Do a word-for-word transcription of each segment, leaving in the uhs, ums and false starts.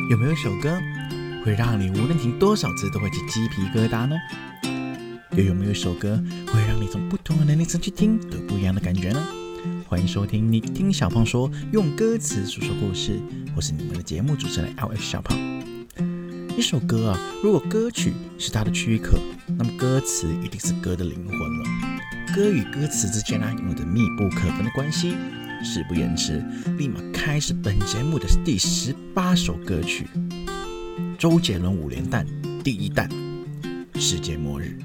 有没有一首歌会让你无论听多少次都会起鸡皮疙瘩呢？又有没有一首歌会让你从不同的年龄层去听都有不一样的感觉呢？欢迎收听你听小胖说，用歌词诉说故事，我是你们的节目主持人 L F 小胖。一首歌啊，如果歌曲是它的躯壳，那么歌词一定是歌的灵魂了。歌与歌词之间啊，有着密不可分的关系。事不延迟，立马开始本节目的第十八首歌曲，周杰伦五连弹第一弹，世界末日。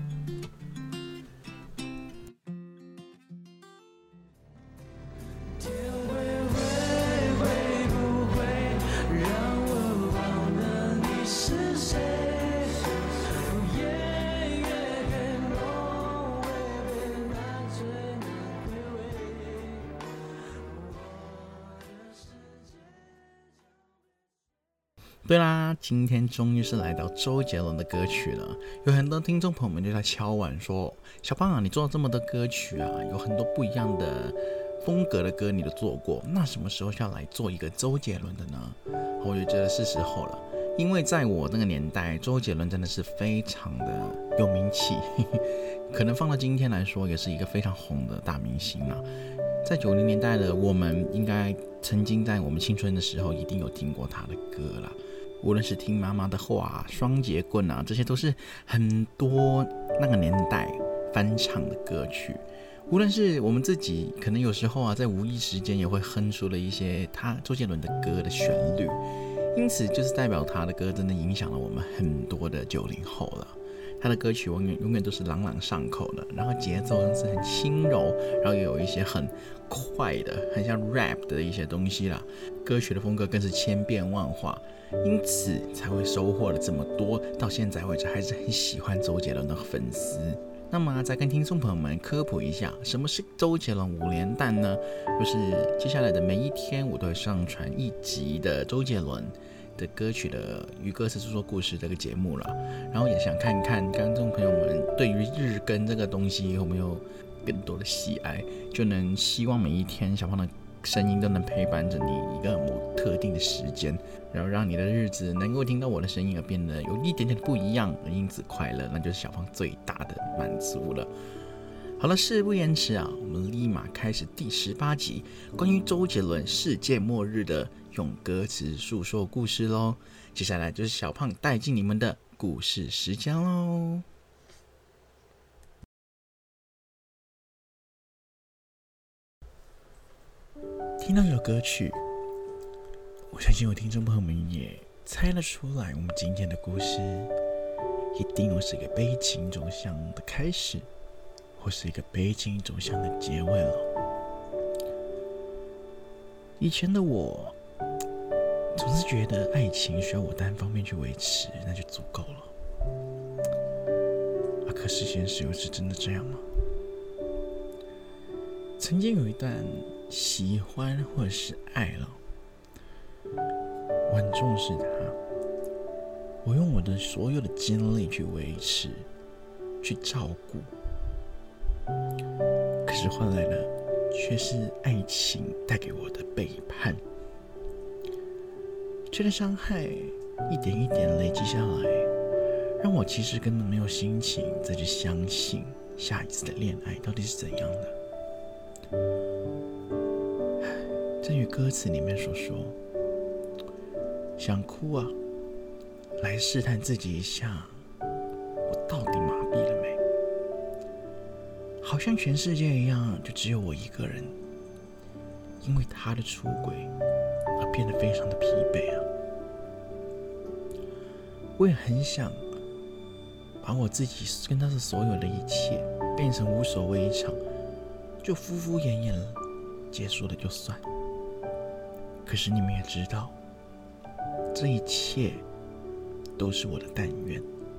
对啦，今天终于是来到周杰伦的歌曲了。有很多听众朋友们就在敲碗说，小胖啊，你做了这么多歌曲啊，有很多不一样的风格的歌你都做过，那什么时候要来做一个周杰伦的呢？我就觉得是时候了，因为在我那个年代，周杰伦真的是非常的有名气，可能放到今天来说也是一个非常红的大明星啦。在九零年代的我们，应该曾经在我们青春的时候一定有听过他的歌啦。无论是听妈妈的话、双节棍啊，这些都是很多那个年代翻唱的歌曲。无论是我们自己，可能有时候啊，在无意时间也会哼出了一些他周杰伦的歌的旋律，因此就是代表他的歌真的影响了我们很多的九零后了。他的歌曲永远永远都是朗朗上口的，然后节奏是很轻柔，然后也有一些很快的，很像 rap 的一些东西啦。歌曲的风格更是千变万化，因此才会收获了这么多，到现在为止还是很喜欢周杰伦的粉丝。那么再跟听众朋友们科普一下，什么是周杰伦五连弹呢？就是接下来的每一天我都会上传一集的周杰伦的歌曲的与歌词诉说故事这个节目了，然后也想看看观众朋友们对于日更这个东西有没有更多的喜爱，就能希望每一天小胖的声音都能陪伴着你一个某特定的时间，然后让你的日子能够听到我的声音而变得有一点点不一样，而因此快乐，那就是小胖最大的满足了。好了，事不延迟啊，我们立马开始第十八集关于周杰伦世界末日的用歌词诉说故事咯。接下来就是小胖带进你们的故事时间咯。听到这首歌曲，我相信有听众朋友们也猜得出来，我们今天的故事一定会是一个悲情走向的开始，或是一个悲情走向的结尾了。以前的我总是觉得爱情需要我单方面去维持，那就足够了。啊，可是现实又是真的这样吗？曾经有一段喜欢或者是爱了，我很重视它，我用我的所有的精力去维持，去照顾。可是换来的却是爱情带给我的背叛。这个伤害一点一点累积下来，让我其实根本没有心情再去相信下一次的恋爱到底是怎样的。正如歌词里面所说，想哭啊，来试探自己一下，我到底麻痹了没？好像全世界一样，就只有我一个人，因为他的出轨而变得非常的疲惫啊。我也很想把我自己跟他的所有的一切变成无所谓一场，就敷敷衍衍了结束了就算。可是你们也知道，这一切都是我的但愿，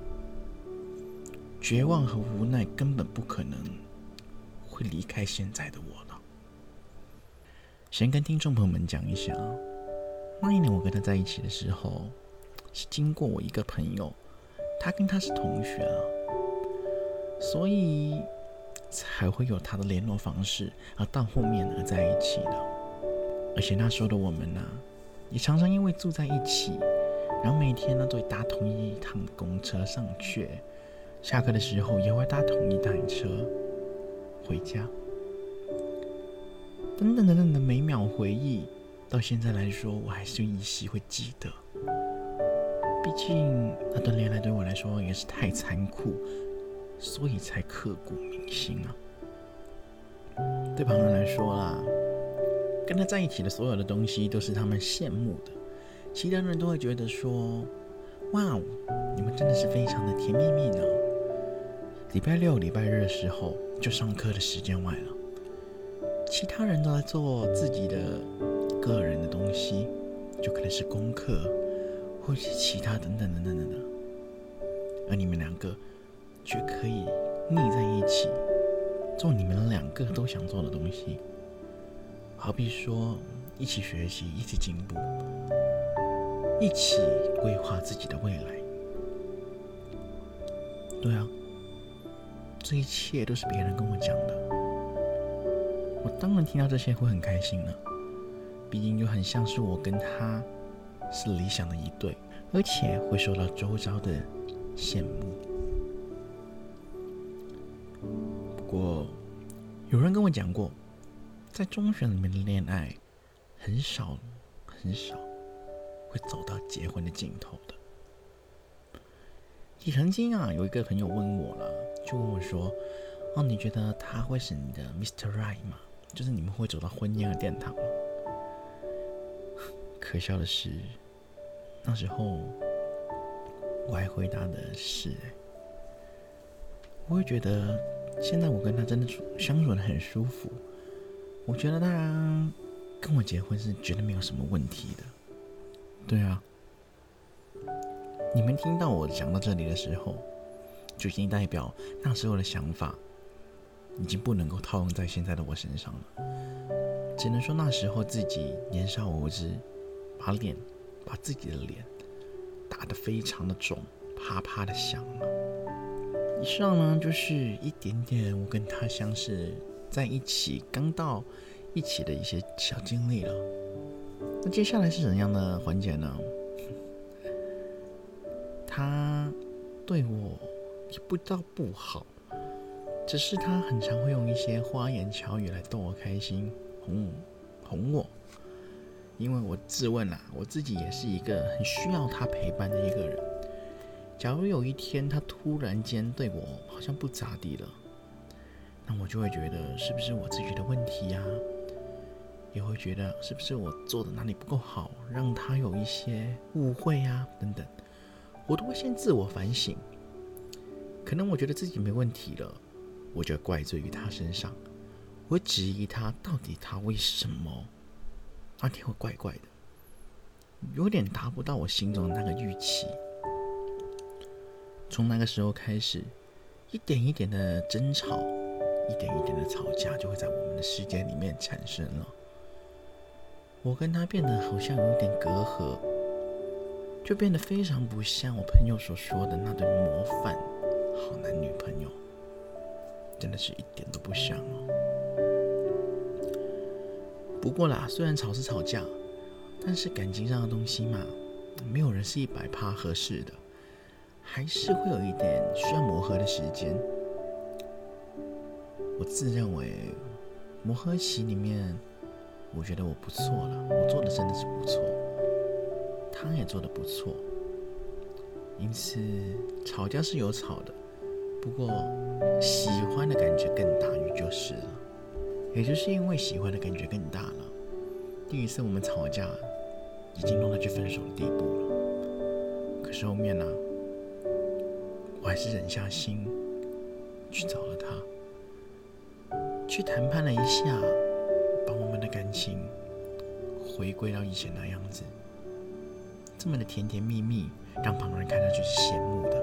绝望和无奈根本不可能会离开现在的我了。先跟听众朋友们讲一下，那一年我跟他在一起的时候，是经过我一个朋友，他跟他是同学啊，所以才会有他的联络方式，而到后面而在一起的。而且那时候的我们呢、啊，也常常因为住在一起， 然后每天呢都会搭同一趟公车上学，下课的时候也会搭同一台车回家，等等等等的每秒回忆，到现在来说，我还是依稀会记得。毕竟那段恋爱对我来说也是太残酷，所以才刻骨铭心啊。对旁人来说啦，跟他在一起的所有的东西都是他们羡慕的，其他人都会觉得说，哇，你们真的是非常的甜蜜蜜呢。礼拜六、礼拜日的时候就上课的时间外了，其他人都在做自己的个人的东西，就可能是功课，或者是其他等等等等等等，而你们两个却可以腻在一起，做你们两个都想做的东西，好比说一起学习，一起进步，一起规划自己的未来。对啊，这一切都是别人跟我讲的，我当然听到这些会很开心了，毕竟就很像是我跟他是理想的一对，而且会受到周遭的羡慕。不过有人跟我讲过，在中学里面的恋爱很少很少会走到结婚的尽头的。也曾经啊，有一个朋友问我了，就问我说，哦，你觉得他会是你的 mister Right 吗？就是你们会走到婚姻的殿堂吗？可笑的是，那时候我还回答的是，我会觉得现在我跟他真的相处的很舒服，我觉得他跟我结婚是绝对没有什么问题的。对啊，你们听到我讲到这里的时候，就已经代表那时候的想法已经不能够套用在现在的我身上了，只能说那时候自己年少无知，把脸把自己的脸打得非常的肿，啪啪的响啊。以上呢就是一点点我跟他相识在一起刚到一起的一些小经历了。那接下来是怎样的环节呢？他对我也不到不好，只是他很常会用一些花言巧语来逗我开心，哄哄我。因为我自问啦，我自己也是一个很需要他陪伴的一个人。假如有一天他突然间对我好像不咋地了，那我就会觉得是不是我自己的问题呀、啊？也会觉得是不是我做的哪里不够好，让他有一些误会啊等等，我都会先自我反省。可能我觉得自己没问题了，我就怪罪于他身上，我会质疑他到底他为什么那天会怪怪的，有点达不到我心中的那个预期。从那个时候开始，一点一点的争吵，一点一点的吵架就会在我们的世界里面产生了。我跟他变得好像有点隔阂，就变得非常不像我朋友所说的那对模范好男女朋友，真的是一点都不像哦。不过啦，虽然吵是吵架，但是感情上的东西嘛，没有人是一百趴合适的，还是会有一点需要磨合的时间。我自认为磨合期里面，我觉得我不错了，我做的真的是不错，他也做的不错，因此吵架是有吵的，不过喜欢的感觉更大于就是了。也就是因为喜欢的感觉更大了，第一次我们吵架已经弄到去分手的地步了。可是后面呢、啊，我还是忍下心去找了他，去谈判了一下，把我们的感情回归到以前那样子，这么的甜甜蜜蜜，让旁人看上去是羡慕的。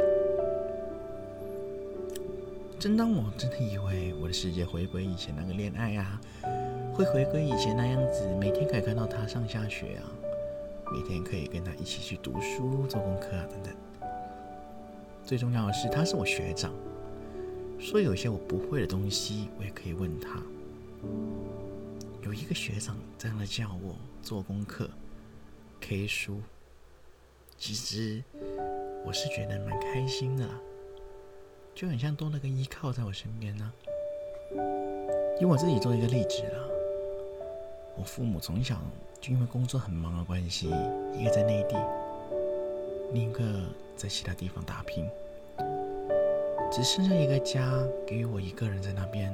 正当我真的以为我的世界回归以前那个恋爱啊，会回归以前那样子，每天可以看到他上下学啊，每天可以跟他一起去读书、做功课啊等等。最重要的是，他是我学长，所以有一些我不会的东西，我也可以问他。有一个学长这样的叫我做功课、K 书， 其实我是觉得蛮开心的啦，就很像多了个依靠在我身边呢、啊。以我自己做一个例子啦，我父母从小就因为工作很忙的关系，一个在内地，另一个在其他地方打拼，只剩下一个家给予我一个人在那边。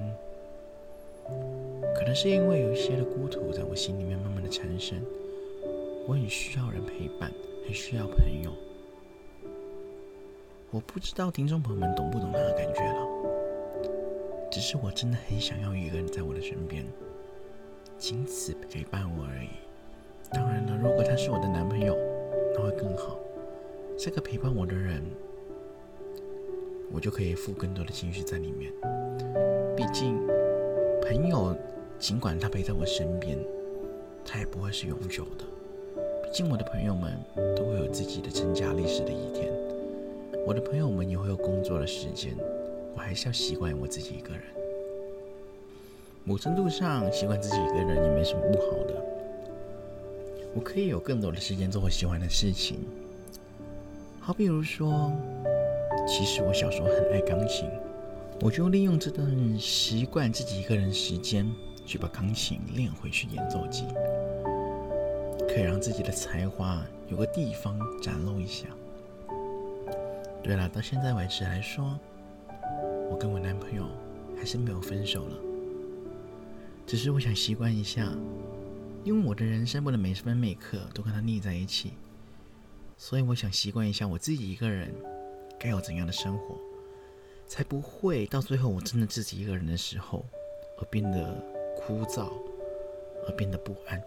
可能是因为有一些的孤独在我心里面慢慢的产生，我很需要人陪伴，很需要朋友。我不知道听众朋友们懂不懂那个感觉了，只是我真的很想要一个人在我的身边，仅此陪伴我而已。当然了，如果他是我的男朋友，那会更好。这个陪伴我的人，我就可以付更多的情绪在里面。毕竟朋友尽管他陪在我身边，他也不会是永久的。毕竟我的朋友们都会有自己的成家立室的一天，我的朋友们也会有工作的时间，我还是要习惯我自己一个人。某程度上，习惯自己一个人也没什么不好的。我可以有更多的时间做我喜欢的事情，好比如说，其实我小时候很爱钢琴，我就利用这段习惯自己一个人的时间，去把钢琴练回去演奏机，可以让自己的才华有个地方展露一下。对了，到现在为止来说，我跟我男朋友还是没有分手了，只是我想习惯一下，因为我的人生不能每时每刻都跟他腻在一起，所以我想习惯一下我自己一个人该有怎样的生活，才不会到最后我真的自己一个人的时候而变得枯燥，而变得不安。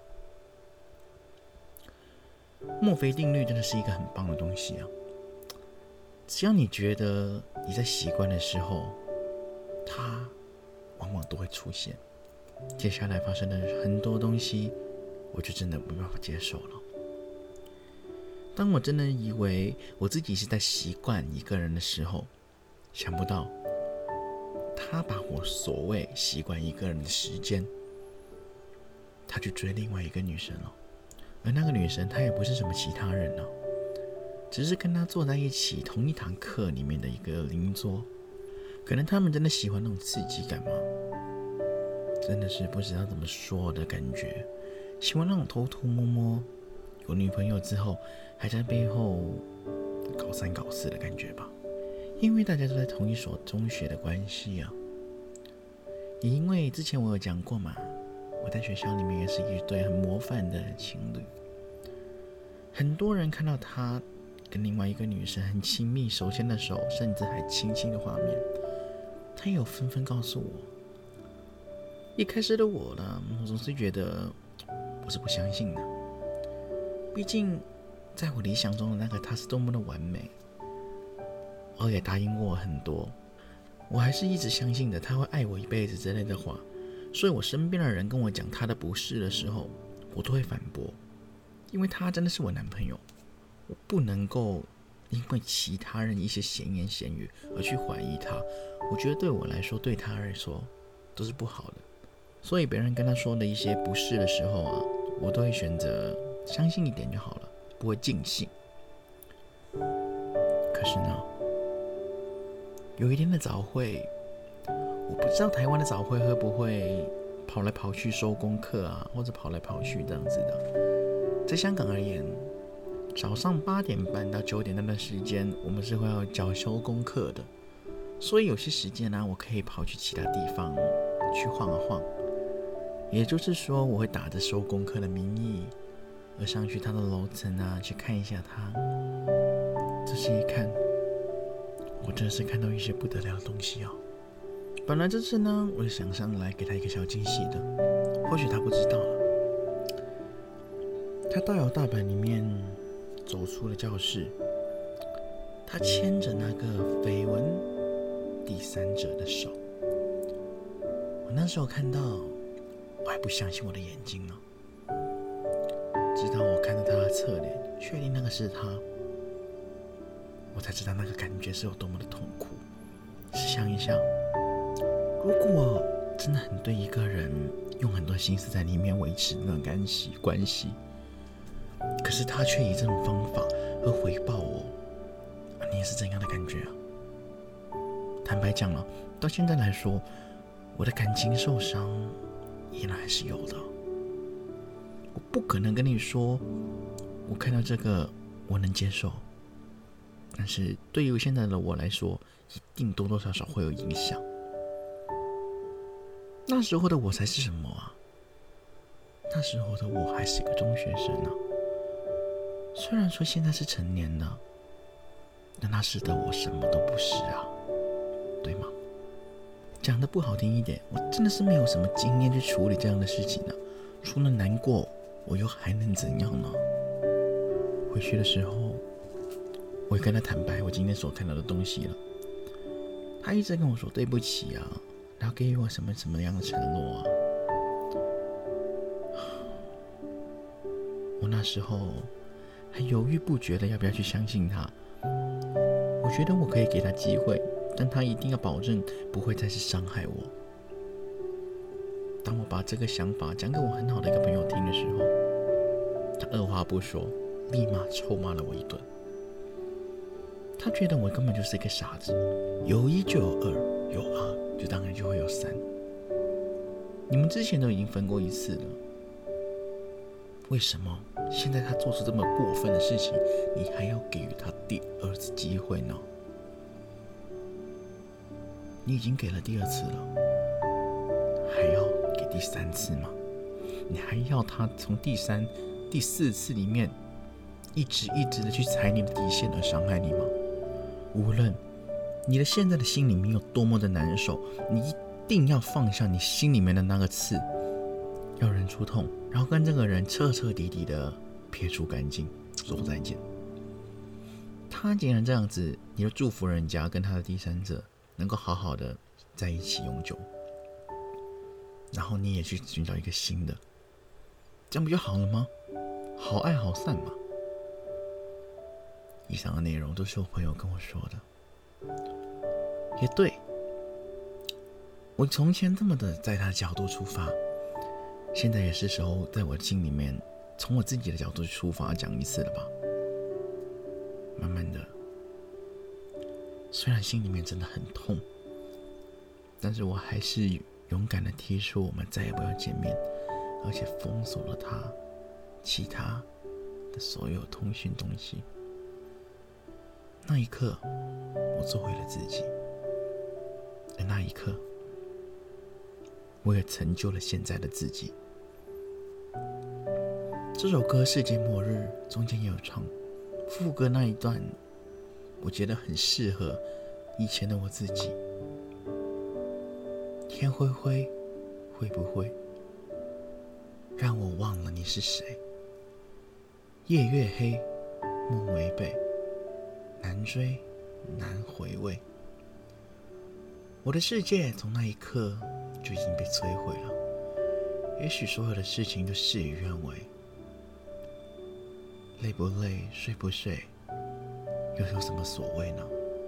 墨菲定律真的是一个很棒的东西啊！只要你觉得你在习惯的时候，它往往都会出现。接下来发生的很多东西，我就真的没办法接受了。当我真的以为我自己是在习惯一个人的时候，想不到他把我所谓习惯一个人的时间，他去追另外一个女生了。而那个女生她也不是什么其他人啊，只是跟他坐在一起同一堂课里面的一个邻桌。可能他们真的喜欢那种刺激感吗？真的是不知道怎么说的感觉，喜欢那种偷偷摸摸，有女朋友之后还在背后搞三搞四的感觉吧。因为大家都在同一所中学的关系啊，也因为之前我有讲过嘛，我在学校里面也是一对很模范的情侣。很多人看到他跟另外一个女生很亲密，手牵的手，甚至还亲亲的画面，他也有纷纷告诉我。一开始的我呢，我总是觉得我是不相信的，毕竟在我理想中的那个他是多么的完美，而也答应过我很多，我还是一直相信的他会爱我一辈子之类的话。所以我身边的人跟我讲他的不是的时候，我都会反驳，因为他真的是我男朋友，我不能够因为其他人一些闲言闲语而去怀疑他。我觉得对我来说，对他来说都是不好的。所以别人跟他说的一些不是的时候啊，我都会选择相信一点就好了，不会尽信。可是呢，有一天的早会，我不知道台湾的早会会不会跑来跑去收功课啊，或者跑来跑去这样子的。在香港而言，早上八点半到九点那段时间，我们是会要缴修功课的，所以有些时间呢、啊，我可以跑去其他地方去晃啊晃。也就是说，我会打着收功课的名义，而上去他的楼层啊，去看一下他。仔细一看，我真的是看到一些不得了的东西哦。本来这次呢，我就想上来给他一个小惊喜的，或许他不知道了。他大摇大摆里面走出了教室，他牵着那个绯闻第三者的手。我那时候看到，我还不相信我的眼睛呢。直到我看到他的侧脸，确定那个是他，我才知道那个感觉是有多么的痛苦。试想一下，如果真的很对一个人用很多心思在里面维持那种关系关系， 可是他却以这种方法而回报我，啊，你也是怎样的感觉啊？坦白讲了，到现在来说，我的感情受伤依然还是有的。我不可能跟你说，我看到这个我能接受，但是对于现在的我来说，一定多多少少会有影响。那时候的我才是什么啊？那时候的我还是一个中学生啊。虽然说现在是成年了，但那时的我什么都不是啊，对吗？讲得不好听一点，我真的是没有什么经验去处理这样的事情啊。除了难过，我又还能怎样呢？回去的时候，我也跟他坦白我今天所看到的东西了。他一直跟我说对不起啊，然后给予我什么什么样的承诺啊。我那时候还犹豫不决的要不要去相信他。我觉得我可以给他机会，但他一定要保证不会再是伤害我。当我把这个想法讲给我很好的一个朋友听的时候，他二话不说，立马臭骂了我一顿。他觉得我根本就是一个傻子，有一就有二，有二就当然就会有三。你们之前都已经分过一次了，为什么现在他做出这么过分的事情，你还要给予他第二次机会呢？你已经给了第二次了，还要给第三次吗？你还要他从第三、第四次里面一直一直的去踩你的底线而伤害你吗？无论你的现在的心里面有多么的难受，你一定要放下你心里面的那个刺，要忍住痛，然后跟这个人彻彻底底的撇除干净，说再见。他既然这样子，你就祝福人家跟他的第三者能够好好的在一起永久，然后你也去寻找一个新的，这样不就好了吗？好爱好散嘛。以上的内容都是我朋友跟我说的，也对，我从前这么的在他的角度出发，现在也是时候在我的心里面从我自己的角度出发讲一次了吧。慢慢的，虽然心里面真的很痛，但是我还是勇敢的提出我们再也不要见面，而且封锁了他其他的所有通讯东西。那一刻我做回了自己，而那一刻我也成就了现在的自己。这首歌《世界末日》中间也有唱副歌那一段，我觉得很适合以前的我自己。天灰灰，会不会让我忘了你是谁？夜越黑，梦违背，难追难回味。我的世界从那一刻就已经被摧毁了，也许所有的事情都事与愿违。累不累，睡不睡，又有什么所谓呢？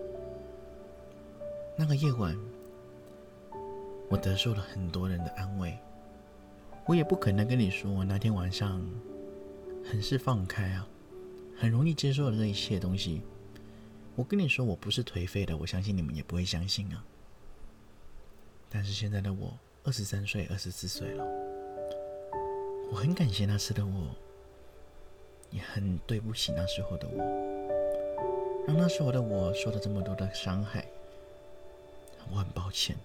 那个夜晚，我得受了很多人的安慰，我也不可能跟你说我那天晚上很是放开啊，很容易接受了这一切东西。我跟你说我不是颓废的，我相信你们也不会相信啊。但是现在的我二十三岁二十四岁了，我很感谢那次的我，也很对不起那时候的我，让那时候的我受了这么多的伤害，我很抱歉。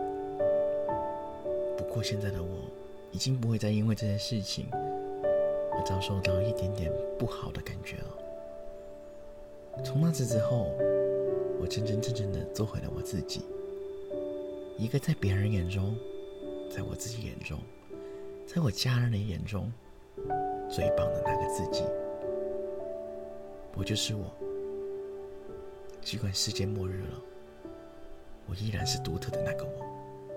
不过现在的我已经不会再因为这件事情而遭受到一点点不好的感觉了。从那次之后，我真真正正的做回了我自己，一个在别人眼中，在我自己眼中，在我家人的眼中最棒的那个自己。我就是我，尽管世界末日了，我依然是独特的那个我。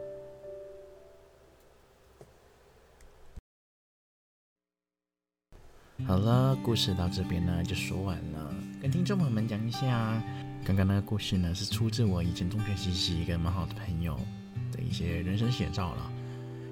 好了，故事到这边呢就说完了。跟听众朋友们讲一下，刚刚那个故事呢是出自我以前中学时期一个蛮好的朋友的一些人生写照了。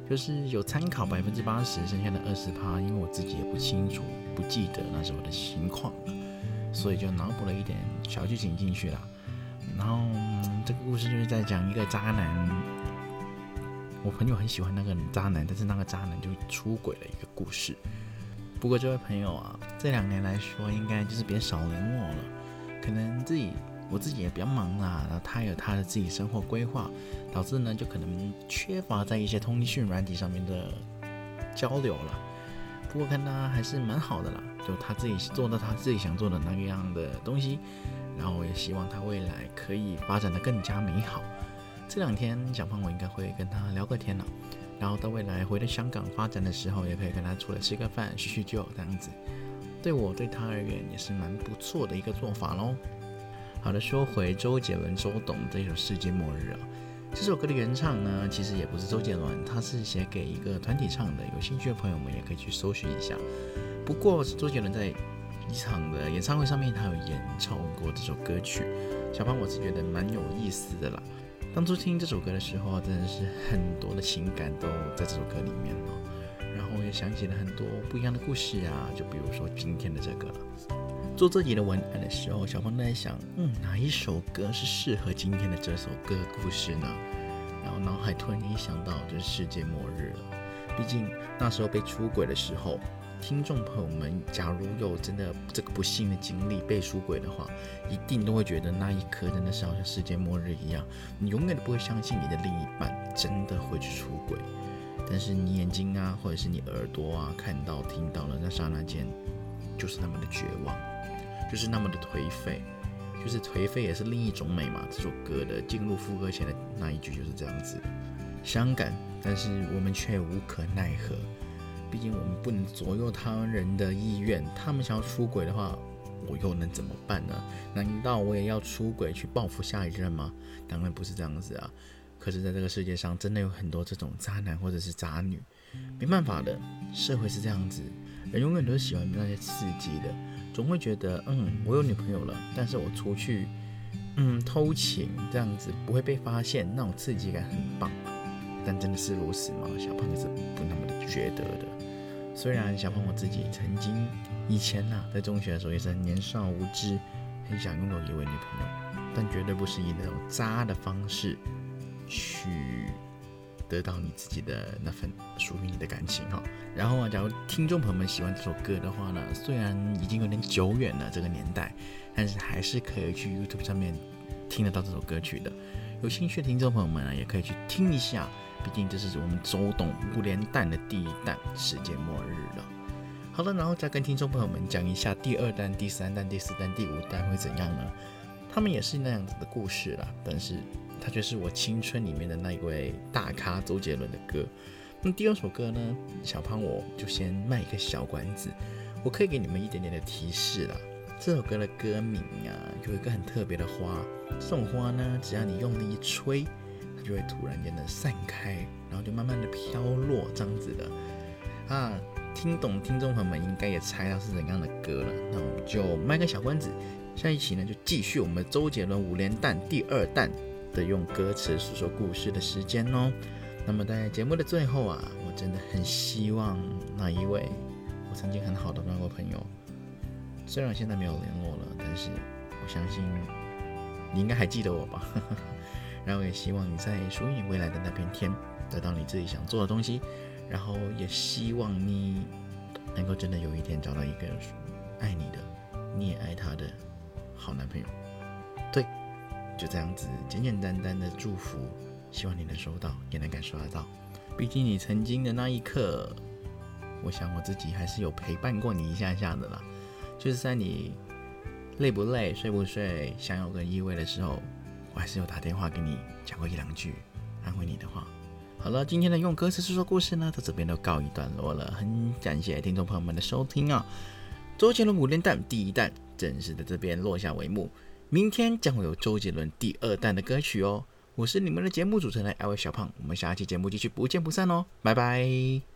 就是有参考百分之八十，剩下的二十趴，因为我自己也不清楚、不记得那时候的情况了，所以就脑补了一点小剧情进去了。然后、嗯、这个故事就是在讲一个渣男，我朋友很喜欢那个渣男，但是那个渣男就出轨了一个故事。不过这位朋友啊，这两年来说，应该就是别少联络了，可能自己我自己也比较忙啦，然后他有他的自己生活规划，导致呢就可能缺乏在一些通讯软体上面的交流了。不过看他还是蛮好的啦，就他自己做到他自己想做的那个样的东西，然后也希望他未来可以发展得更加美好。这两天小胖我应该会跟他聊个天了，然后到未来回到香港发展的时候，也可以跟他出来吃个饭叙叙旧这样子，对我对他而言也是蛮不错的一个做法咯。好的，说回周杰伦周董这首《世界末日》啊，这首歌的原唱呢，其实也不是周杰伦，他是写给一个团体唱的，有兴趣的朋友们也可以去搜寻一下。不过周杰伦在一场的演唱会上面，他有演唱过这首歌曲，小胖我是觉得蛮有意思的啦。当初听这首歌的时候，真的是很多的情感都在这首歌里面了，然后也想起了很多不一样的故事啊，就比如说今天的这个了。做这集的文案的时候，小胖在想，嗯，哪一首歌是适合今天的这首歌故事呢？然后脑海突然一想到，就是世界末日了。毕竟那时候被出轨的时候，听众朋友们，假如有真的这个不幸的经历被出轨的话，一定都会觉得那一刻真的是好像世界末日一样，你永远都不会相信你的另一半真的会去出轨。但是你眼睛啊，或者是你耳朵啊，看到听到了那刹那间，就是那么的绝望，就是那么的颓废，就是颓废也是另一种美嘛。这首歌的进入副歌前的那一句就是这样子，伤感，但是我们却无可奈何。毕竟我们不能左右他人的意愿，他们想要出轨的话，我又能怎么办呢？难道我也要出轨去报复下一任吗？当然不是这样子啊。可是在这个世界上真的有很多这种渣男或者是渣女，没办法的，社会是这样子，人永远都是喜欢那些刺激的，总会觉得嗯，我有女朋友了，但是我出去嗯偷情这样子不会被发现，那种刺激感很棒。但真的是如此吗？小胖是不那么的觉得的。虽然小胖我自己曾经以前啊，在中学的时候也是很年少无知，很想拥有一位女朋友，但绝对不是以那种渣的方式去得到你自己的那份属于你的感情哈。然后啊，假如听众朋友们喜欢这首歌的话呢，虽然已经有点久远了这个年代，但是还是可以去 YouTube 上面听得到这首歌曲的。有兴趣的听众朋友们啊，也可以去听一下。毕竟这是我们周董五连弹的第一弹世界末日了。好了，然后再跟听众朋友们讲一下第二弹、第三弹、第四弹、第五弹会怎样呢？他们也是那样子的故事啦，但是它却是我青春里面的那一位大咖周杰伦的歌。那第二首歌呢，小胖我就先卖一个小关子，我可以给你们一点点的提示啦。这首歌的歌名啊，有一个很特别的花，这种花呢，只要你用力一吹，就会突然间的散开，然后就慢慢的飘落这样子的啊。听懂听众朋友们应该也猜到是怎样的歌了，那我们就卖个小关子，下一期呢就继续我们周杰伦五连弹第二弹的用歌词诉说故事的时间哦。那么在节目的最后啊，我真的很希望那一位我曾经很好的那位朋友，虽然现在没有联络了，但是我相信你应该还记得我吧。然后也希望你在属于你未来的那片天得到你自己想做的东西，然后也希望你能够真的有一天找到一个爱你的，你也爱他的好男朋友。对，就这样子简简单单的祝福，希望你能收到，也能感受得到。毕竟你曾经的那一刻，我想我自己还是有陪伴过你一下下的啦，就是在你累不累、睡不睡、想有个依偎的时候，我还是有打电话给你讲过一两句安慰你的话。好了，今天的用歌词诉说故事呢，到这边都告一段落了。很感谢听众朋友们的收听啊！周杰伦五连弹第一弹正式在这边落下帷幕，明天将会有周杰伦第二弹的歌曲哦。我是你们的节目主持人艾薇小胖，我们下期节目继续不见不散哦，拜拜。